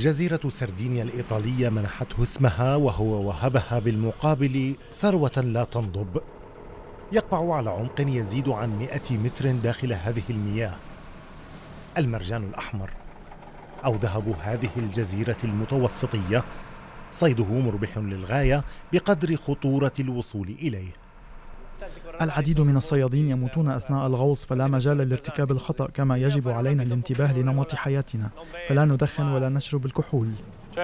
جزيرة سردينيا الإيطالية منحته اسمها، وهو وهبها بالمقابل ثروة لا تنضب. يقع على عمق يزيد عن 100 متر داخل هذه المياه. المرجان الأحمر أو ذهب هذه الجزيرة المتوسطية صيده مربح للغاية بقدر خطورة الوصول إليه. العديد من الصيادين يموتون أثناء الغوص، فلا مجال لارتكاب الخطأ، كما يجب علينا الانتباه لنمط حياتنا، فلا ندخن ولا نشرب الكحول.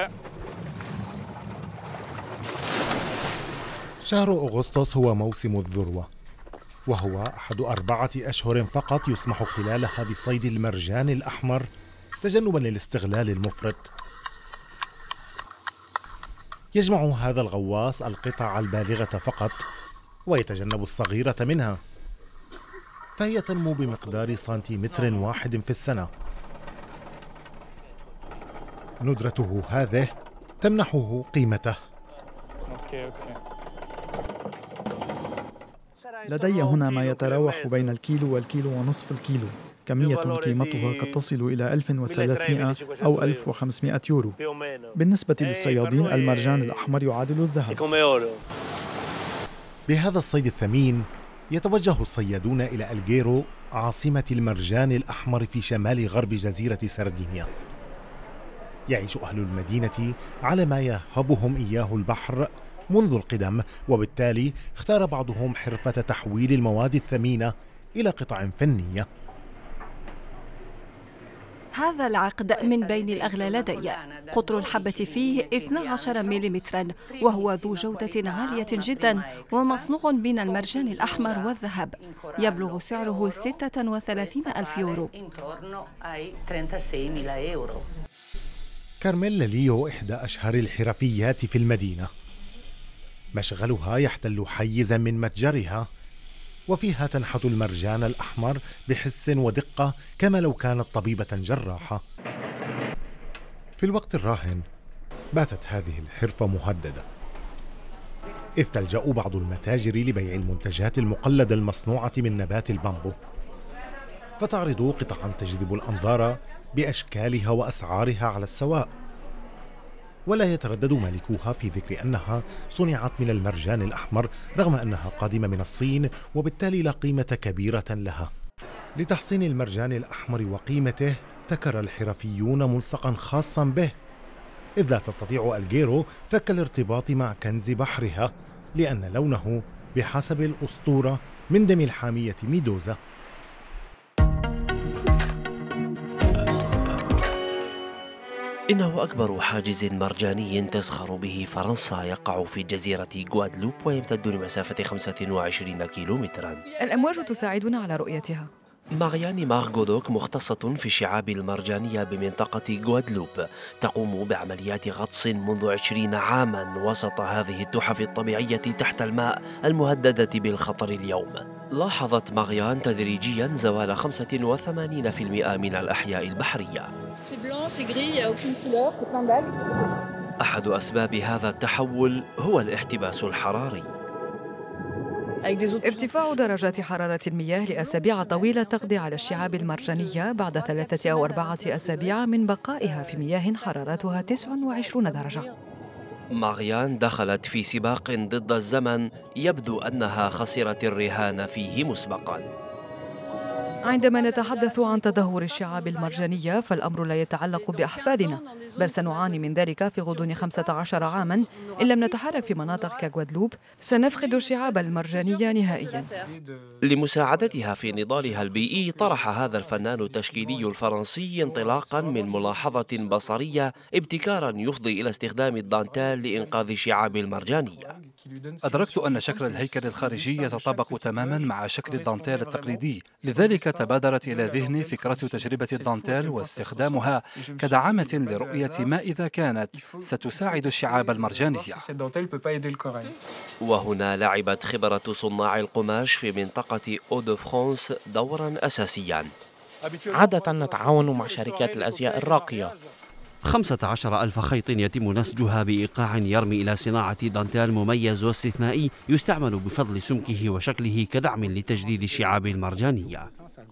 شهر أغسطس هو موسم الذروة، وهو أحد 4 أشهر فقط يسمح خلالها بصيد المرجان الأحمر تجنبا للاستغلال المفرط. يجمع هذا الغواص القطع البالغة فقط ويتجنب الصغيرة منها، فهي تنمو بمقدار سنتيمتر واحد في السنة. ندرته هذه تمنحه قيمته. لدي هنا ما يتراوح بين الكيلو والكيلو ونصف الكيلو، كمية قيمتها قد تصل إلى 1300 أو 1500 يورو. بالنسبة للصيادين المرجان الأحمر يعادل الذهب. بهذا الصيد الثمين يتوجه الصيادون إلى ألغيرو، عاصمة المرجان الأحمر في شمال غرب جزيرة سردينيا. يعيش أهل المدينة على ما يهبهم إياه البحر منذ القدم، وبالتالي اختار بعضهم حرفة تحويل المواد الثمينة إلى قطع فنية. هذا العقد من بين الأغلى لدي. قطر الحبة فيه 12 ملم، وهو ذو جودة عالية جدا ومصنوع من المرجان الأحمر والذهب. يبلغ سعره 36,000 يورو. كارميلا ليو إحدى أشهر الحرفيات في المدينة. مشغلها يحتل حيزا من متجرها، وفيها تنحت المرجان الأحمر بحس ودقة كما لو كانت طبيبة جراحة. في الوقت الراهن باتت هذه الحرفة مهددة، إذ تلجأ بعض المتاجر لبيع المنتجات المقلدة المصنوعة من نبات البامبو، فتعرض قطعا تجذب الأنظار بأشكالها وأسعارها على السواء، ولا يتردد مالكوها في ذكر أنها صنعت من المرجان الأحمر رغم أنها قادمة من الصين، وبالتالي لا قيمة كبيرة لها. لتحصين المرجان الأحمر وقيمته ابتكر الحرفيون ملصقا خاصا به، إذ لا تستطيع ألغيرو فك الارتباط مع كنز بحرها، لأن لونه بحسب الأسطورة من دم الحامية ميدوزا. إنه أكبر حاجز مرجاني تزخر به فرنسا، يقع في جزيرة غوادلوب ويمتد لمسافة 25 كيلومترا. الأمواج تساعدنا على رؤيتها. مارياني مارغودوك مختصة في الشعاب المرجانية بمنطقة غوادلوب، تقوم بعمليات غطس منذ 20 عاما وسط هذه التحف الطبيعية تحت الماء المهددة بالخطر اليوم. لاحظت ماريان تدريجيا زوال 85% من الأحياء البحرية. أحد أسباب هذا التحول هو الاحتباس الحراري. ارتفاع درجات حرارة المياه لأسابيع طويلة تقضي على الشعاب المرجانية بعد 3 أو 4 أسابيع من بقائها في مياه حرارتها 29 درجة. ماريان دخلت في سباق ضد الزمن، يبدو أنها خسرت الرهان فيه مسبقاً. عندما نتحدث عن تدهور الشعاب المرجانية فالأمر لا يتعلق بأحفادنا، بل سنعاني من ذلك في غضون 15 عاماً. إن لم نتحرك في مناطق كغوادلوب سنفقد الشعاب المرجانية نهائياً. لمساعدتها في نضالها البيئي، طرح هذا الفنان التشكيلي الفرنسي انطلاقاً من ملاحظة بصرية ابتكاراً يفضي إلى استخدام الدانتيل لإنقاذ الشعاب المرجانية. أدركت أن شكل الهيكل الخارجي يتطابق تماما مع شكل الدانتيل التقليدي، لذلك تبادرت إلى ذهني فكرة تجربة الدانتيل واستخدامها كدعامة لرؤية ما إذا كانت ستساعد الشعاب المرجانية. وهنا لعبت خبرة صناع القماش في منطقة أو دو فرانس دورا أساسيا. عادة نتعاون مع شركات الأزياء الراقية، 15,000 خيط يتم نسجها بإيقاع يرمي إلى صناعة دانتيل مميز واستثنائي يستعمل بفضل سمكه وشكله كدعم لتجديد الشعاب المرجانية.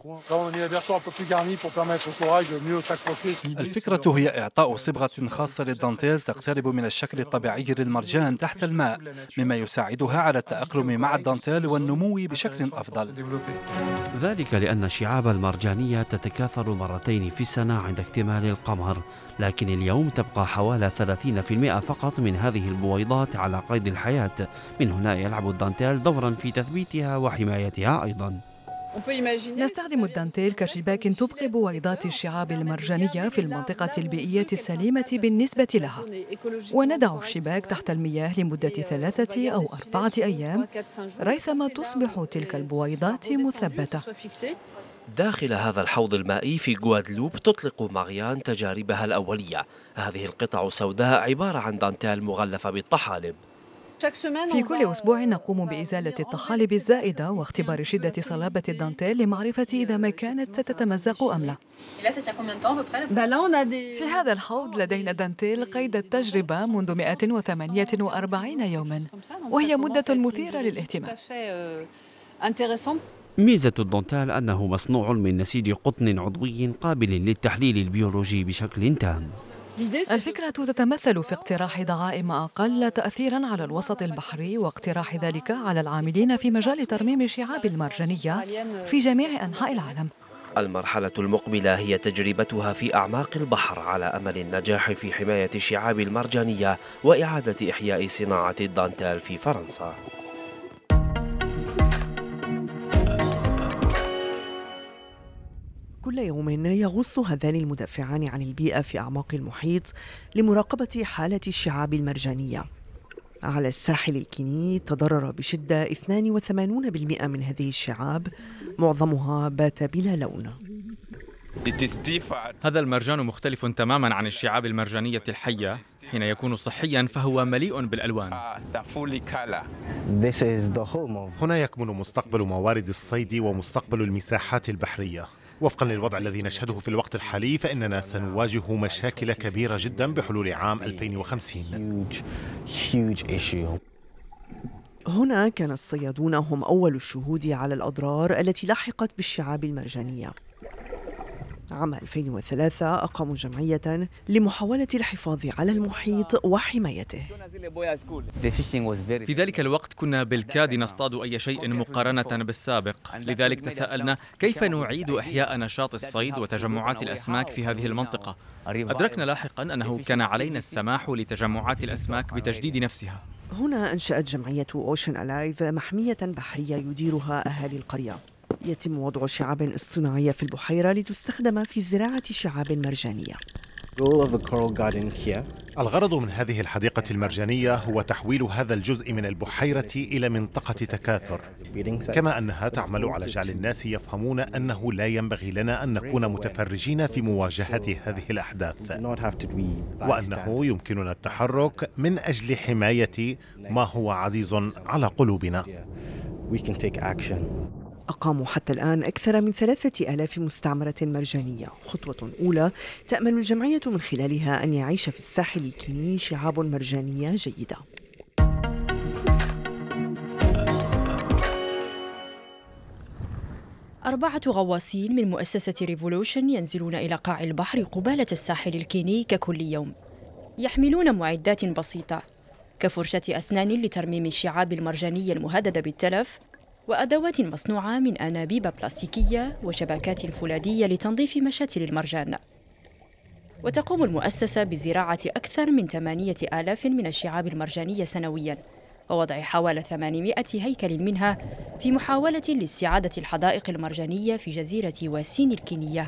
الفكرة هي إعطاء صبغة خاصة للدانتيل تقترب من الشكل الطبيعي للمرجان تحت الماء، مما يساعدها على التأقلم مع الدانتيل والنمو بشكل أفضل. ذلك لأن الشعاب المرجانية تتكاثر مرتين في السنة عند اكتمال القمر، لكن اليوم تبقى حوالي 30% فقط من هذه البويضات على قيد الحياة. من هنا يلعب الدانتيل دورا في تثبيتها وحمايتها أيضا. نستخدم الدانتيل كشباك تبقي بويضات الشعاب المرجانية في المنطقة البيئية السليمة بالنسبة لها، وندع الشباك تحت المياه لمدة 3 أو 4 أيام ريثما تصبح تلك البويضات مثبتة. داخل هذا الحوض المائي في غوادلوب تطلق ماريان تجاربها الأولية. هذه القطع السوداء عبارة عن دانتيل مغلفة بالطحالب. في كل أسبوع نقوم بإزالة الطحالب الزائدة واختبار شدة صلابة الدانتيل لمعرفة إذا ما كانت ستتمزق أم لا. في هذا الحوض لدينا دانتيل قيد التجربة منذ 148 يوماً، وهي مدة مثيرة للاهتمام. ميزة الدانتيل أنه مصنوع من نسيج قطن عضوي قابل للتحليل البيولوجي بشكل تام. الفكرة تتمثل في اقتراح دعائم أقل تأثيراً على الوسط البحري، واقتراح ذلك على العاملين في مجال ترميم الشعاب المرجانية في جميع أنحاء العالم. المرحلة المقبلة هي تجربتها في أعماق البحر على أمل النجاح في حماية الشعاب المرجانية وإعادة إحياء صناعة الدانتيل في فرنسا. كل يوم يغوص هذان المدافعان عن البيئة في أعماق المحيط لمراقبة حالة الشعاب المرجانية. على الساحل الكيني تضرر بشدة 82% من هذه الشعاب، معظمها بات بلا لون. هذا المرجان مختلف تماما عن الشعاب المرجانية الحية. حين يكون صحيا فهو مليء بالألوان. هنا يكمن مستقبل موارد الصيد ومستقبل المساحات البحرية. وفقا للوضع الذي نشهده في الوقت الحالي فإننا سنواجه مشاكل كبيرة جدا بحلول عام 2050. هنا كان الصيادون هم أول الشهود على الأضرار التي لحقت بالشعاب المرجانية. عام 2003 أقاموا جمعية لمحاولة الحفاظ على المحيط وحمايته. في ذلك الوقت كنا بالكاد نصطاد أي شيء مقارنة بالسابق، لذلك تساءلنا كيف نعيد إحياء نشاط الصيد وتجمعات الأسماك في هذه المنطقة. أدركنا لاحقا أنه كان علينا السماح لتجمعات الأسماك بتجديد نفسها. هنا أنشأت جمعية أوشن ألايف محمية بحرية يديرها أهالي القرية. يتم وضع شعاب اصطناعية في البحيرة لتستخدم في زراعة شعاب مرجانية. الغرض من هذه الحديقة المرجانية هو تحويل هذا الجزء من البحيرة إلى منطقة تكاثر، كما أنها تعمل على جعل الناس يفهمون أنه لا ينبغي لنا أن نكون متفرجين في مواجهة هذه الأحداث، وأنه يمكننا التحرك من أجل حماية ما هو عزيز على قلوبنا. أقاموا حتى الآن أكثر من 3000 مستعمرة مرجانية، خطوة أولى تأمل الجمعية من خلالها أن يعيش في الساحل الكيني شعاب مرجانية جيدة. أربعة غواصين من مؤسسة ريفولوشن ينزلون إلى قاع البحر قبالة الساحل الكيني ككل يوم. يحملون معدات بسيطة كفرشة أسنان لترميم الشعاب المرجانية المهددة بالتلف، وأدوات مصنوعة من أنابيب بلاستيكية وشبكات فولاذية لتنظيف مشاتل المرجان. وتقوم المؤسسة بزراعة أكثر من 8000 من الشعاب المرجانية سنوياً، ووضع حوالي 800 هيكل منها في محاولة لاستعادة الحدائق المرجانية في جزيرة واسين الكينية.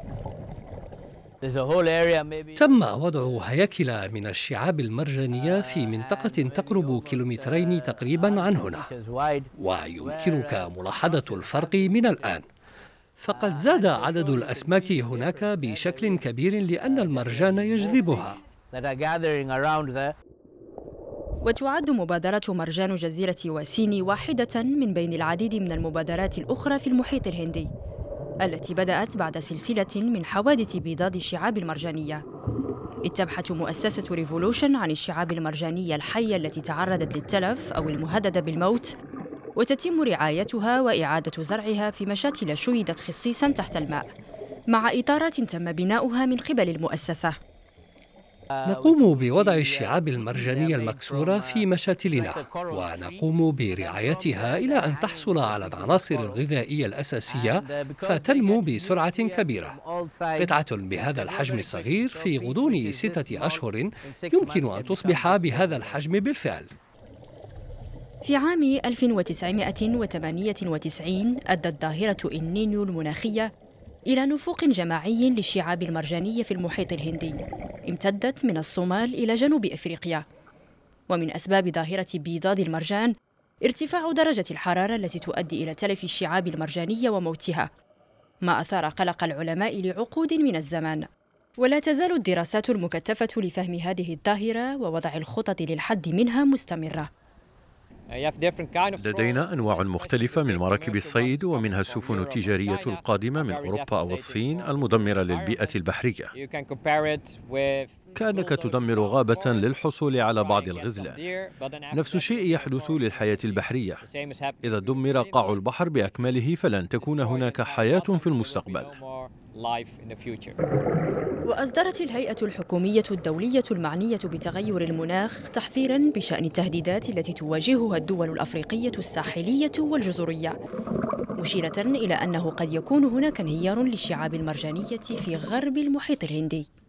تم وضع هياكل من الشعاب المرجانية في منطقة تقرب كيلومترين تقريبا عن هنا، ويمكنك ملاحظة الفرق من الآن، فقد زاد عدد الأسماك هناك بشكل كبير لأن المرجان يجذبها. وتعد مبادرة مرجان جزيرة واسيني واحدة من بين العديد من المبادرات الأخرى في المحيط الهندي، التي بدأت بعد سلسلة من حوادث بيضاد الشعاب المرجانية. إذ تبحث مؤسسة ريفولوشن عن الشعاب المرجانية الحية التي تعرضت للتلف أو المهددة بالموت، وتتم رعايتها وإعادة زرعها في مشاتل شيدت خصيصاً تحت الماء، مع إطارات تم بناؤها من قبل المؤسسة. نقوم بوضع الشعاب المرجانية المكسورة في مشاتلنا، ونقوم برعايتها إلى أن تحصل على العناصر الغذائية الأساسية فتنمو بسرعة كبيرة. قطعة بهذا الحجم الصغير في غضون 6 أشهر يمكن أن تصبح بهذا الحجم بالفعل. في عام 1998 أدت ظاهرة النينيو المناخية إلى نفوق جماعي للشعاب المرجانية في المحيط الهندي، امتدت من الصومال إلى جنوب أفريقيا. ومن أسباب ظاهرة بيضاد المرجان ارتفاع درجة الحرارة التي تؤدي إلى تلف الشعاب المرجانية وموتها، ما أثار قلق العلماء لعقود من الزمان. ولا تزال الدراسات المكثفة لفهم هذه الظاهرة ووضع الخطط للحد منها مستمرة. لدينا أنواع مختلفة من مراكب الصيد، ومنها السفن التجارية القادمة من أوروبا أو الصين المدمرة للبيئة البحرية، كأنك تدمر غابة للحصول على بعض الغزلان. نفس الشيء يحدث للحياة البحرية، إذا دمر قاع البحر بأكمله فلن تكون هناك حياة في المستقبل. وأصدرت الهيئة الحكومية الدولية المعنية بتغير المناخ تحذيراً بشأن التهديدات التي تواجهها الدول الأفريقية الساحلية والجزرية، مشيرة إلى أنه قد يكون هناك انهيار للشعاب المرجانية في غرب المحيط الهندي.